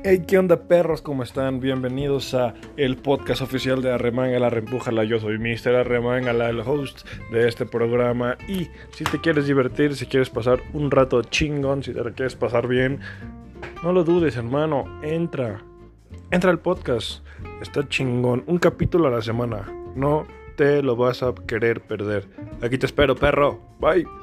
Hey, ¿qué onda, perros? ¿Cómo están? Bienvenidos a el podcast oficial de Arremángala, Reempújala. Yo soy Mr. Arremángala, el host de este programa. Y si te quieres divertir, si quieres pasar un rato chingón, si te la quieres pasar bien, no lo dudes, hermano. Entra al podcast. Está chingón. Un capítulo a la semana. No te lo vas a querer perder. Aquí te espero, perro. Bye.